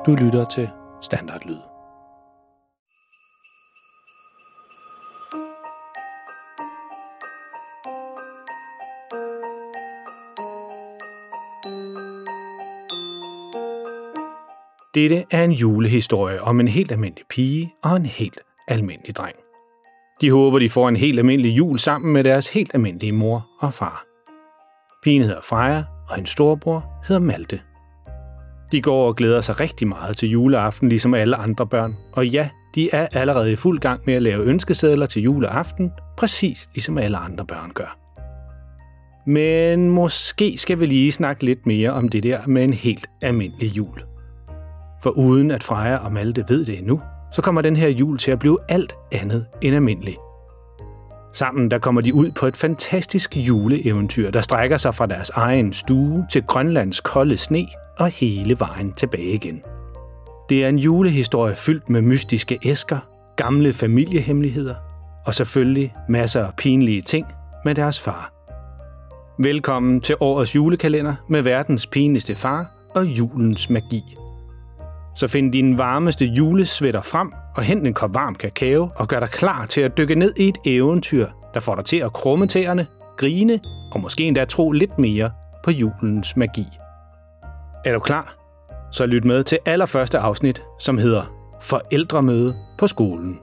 Du lytter til Standardlyd. Dette er en julehistorie om en helt almindelig pige og en helt almindelig dreng. De håber, de får en helt almindelig jul sammen med deres helt almindelige mor og far. Pigen hedder Freja, og hendes storebror hedder Malte. De går og glæder sig rigtig meget til juleaften, ligesom alle andre børn. Og ja, de er allerede i fuld gang med at lave ønskesedler til juleaften, præcis ligesom alle andre børn gør. Men måske skal vi lige snakke lidt mere om det der med en helt almindelig jul. For uden at Freja og Malte ved det endnu, så kommer den her jul til at blive alt andet end almindelig. Sammen der kommer de ud på et fantastisk juleeventyr, der strækker sig fra deres egen stue til Grønlands kolde sne og hele vejen tilbage igen. Det er en julehistorie fyldt med mystiske æsker, gamle familiehemmeligheder og selvfølgelig masser af pinlige ting med deres far. Velkommen til årets julekalender med verdens pinligste far og julens magi. Så find din varmeste julesvætter frem og hent en kop varm kakao og gør dig klar til at dykke ned i et eventyr, der får dig til at krumme tæerne, grine og måske endda tro lidt mere på julens magi. Er du klar? Så lyt med til allerførste afsnit, som hedder Forældremøde på skolen.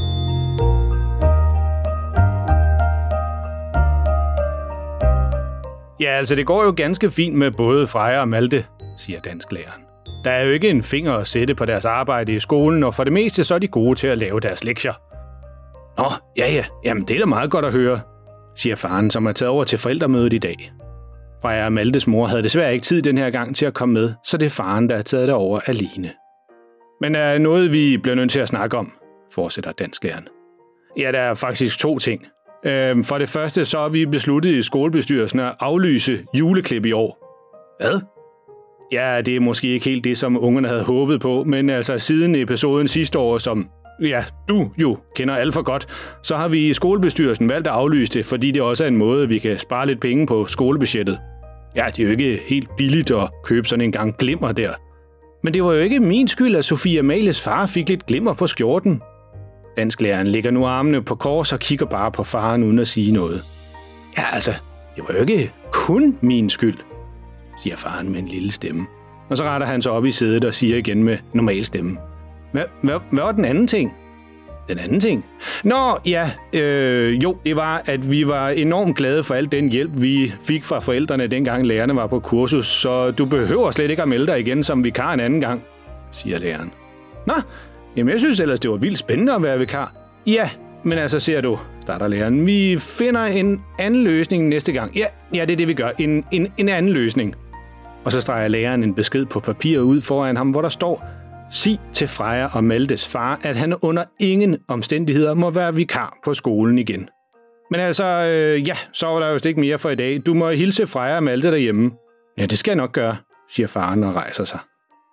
Ja, altså det går jo ganske fint med både Freja og Malte, siger dansklæreren. Der er jo ikke en finger at sætte på deres arbejde i skolen, og for det meste så er de gode til at lave deres lektier. Nå, ja, jamen det er da meget godt at høre, siger faren, som er taget over til forældremødet i dag. Freja og Maltes mor havde desværre ikke tid den her gang til at komme med, så det er faren, der er taget derover alene. Men der er noget, vi bliver nødt til at snakke om, fortsætter dansklæreren. Ja, der er faktisk 2 ting. For det første så har vi besluttet i skolebestyrelsen at aflyse juleklip i år. Hvad? Ja, det er måske ikke helt det, som ungerne havde håbet på, men altså siden episoden sidste år, som du jo kender alt for godt, så har vi i skolebestyrelsen valgt at aflyse det, fordi det også er en måde, vi kan spare lidt penge på skolebudgettet. Ja, det er jo ikke helt billigt at købe sådan en gang glimmer der. Men det var jo ikke min skyld, at Sofie Amalies far fik lidt glimmer på skjorten. Dansklæreren lægger nu armene på kors og kigger bare på faren uden at sige noget. Ja, altså, det var jo ikke kun min skyld, siger faren med en lille stemme. Og så retter han sig op i sædet og siger igen med normal stemme. Hvad var den anden ting? Den anden ting? Nå, ja, det var, at vi var enormt glade for al den hjælp, vi fik fra forældrene, dengang lærerne var på kursus, så du behøver slet ikke at melde dig igen som vikar en anden gang, siger læreren. Nå, jamen jeg synes ellers, det var vildt spændende at være vikar. Ja, men altså ser du, starter læreren, vi finder en anden løsning næste gang. Ja, det er det, vi gør. En anden løsning. Og så streger læreren en besked på papir ud foran ham, hvor der står: sig til Freja og Maltes far, at han under ingen omstændigheder må være vikar på skolen igen. Men altså, så var der jo ikke mere for i dag. Du må hilse Freja og Malte derhjemme. Ja, det skal jeg nok gøre, siger faren og rejser sig.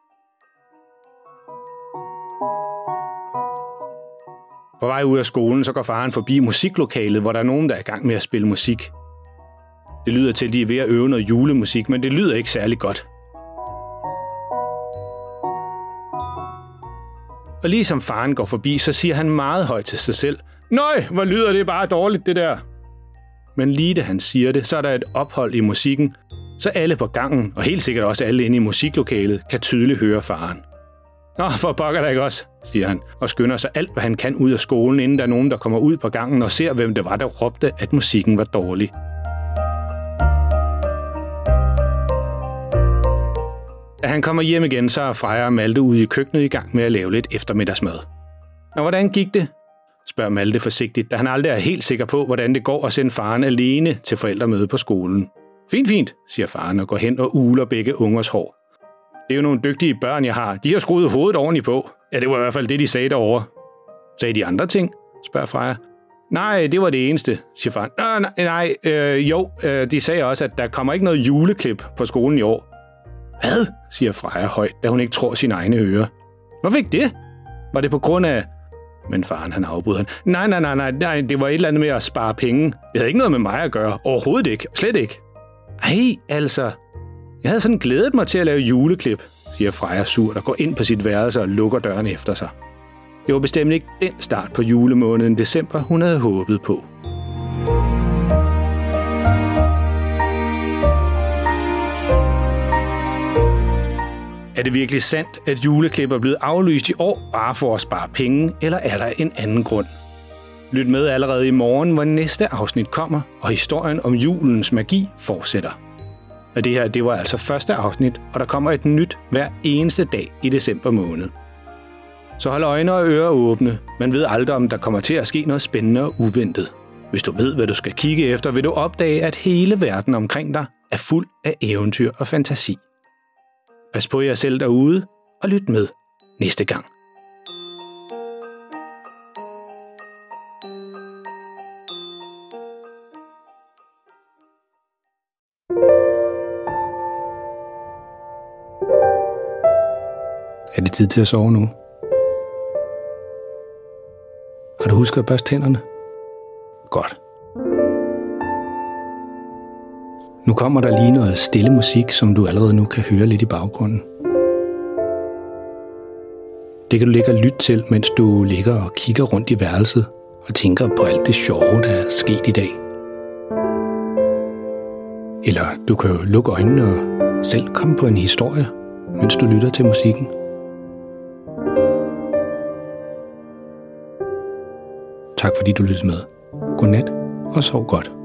På vej ud af skolen, så går faren forbi musiklokalet, hvor der er nogen, der er i gang med at spille musik. Det lyder til, at de er ved at øve noget julemusik, men det lyder ikke særlig godt. Og lige som faren går forbi, så siger han meget højt til sig selv: Nøj, hvor lyder det bare dårligt, det der. Men lige da han siger det, så er der et ophold i musikken, så alle på gangen, og helt sikkert også alle inde i musiklokalet, kan tydeligt høre faren. Nå, for pokker der ikke også, siger han, og skynder sig alt, hvad han kan ud af skolen, inden der er nogen, der kommer ud på gangen og ser, hvem det var, der råbte, at musikken var dårlig. Da han kommer hjem igen, så er Freja og Malte ude i køkkenet i gang med at lave lidt eftermiddagsmad. Og hvordan gik det? Spørger Malte forsigtigt, da han aldrig er helt sikker på, hvordan det går at sende faren alene til forældremøde på skolen. Fint, siger faren og går hen og uler begge ungers hår. Det er jo nogle dygtige børn, jeg har. De har skruet hovedet ordentligt på. Ja, det var i hvert fald det, de sagde derovre. Sagde de andre ting? Spørger Freja. Nej, det var det eneste, siger faren. De sagde også, at der kommer ikke noget juleklip på skolen i år. Hvad? Siger Freja højt, da hun ikke tror sine egne ører. Hvorfor ikke det? Var det på grund af... Men faren, han afbryder han. Nej, det var et eller andet med at spare penge. Det havde ikke noget med mig at gøre. Overhovedet ikke. Slet ikke. Ej, altså. Jeg havde sådan glædet mig til at lave juleklip, siger Freja surt og går ind på sit værelse og lukker døren efter sig. Det var bestemt ikke den start på julemåneden december, hun havde håbet på. Er det virkelig sandt, at juleklip er blevet aflyst i år bare for at spare penge, eller er der en anden grund? Lyt med allerede i morgen, hvor næste afsnit kommer, og historien om julens magi fortsætter. Og det her, det var altså første afsnit, og der kommer et nyt hver eneste dag i december måned. Så hold øjne og ører åbne. Man ved aldrig, om der kommer til at ske noget spændende og uventet. Hvis du ved, hvad du skal kigge efter, vil du opdage, at hele verden omkring dig er fuld af eventyr og fantasi. Pas på jer selv derude, og lyt med næste gang. Er det tid til at sove nu? Har du husket at børste tænderne? Godt. Nu kommer der lige noget stille musik, som du allerede nu kan høre lidt i baggrunden. Det kan du ligge og lytte til, mens du ligger og kigger rundt i værelset og tænker på alt det sjove, der er sket i dag. Eller du kan jo lukke øjnene og selv komme på en historie, mens du lytter til musikken. Tak fordi du lyttede med. Godnat og sov godt.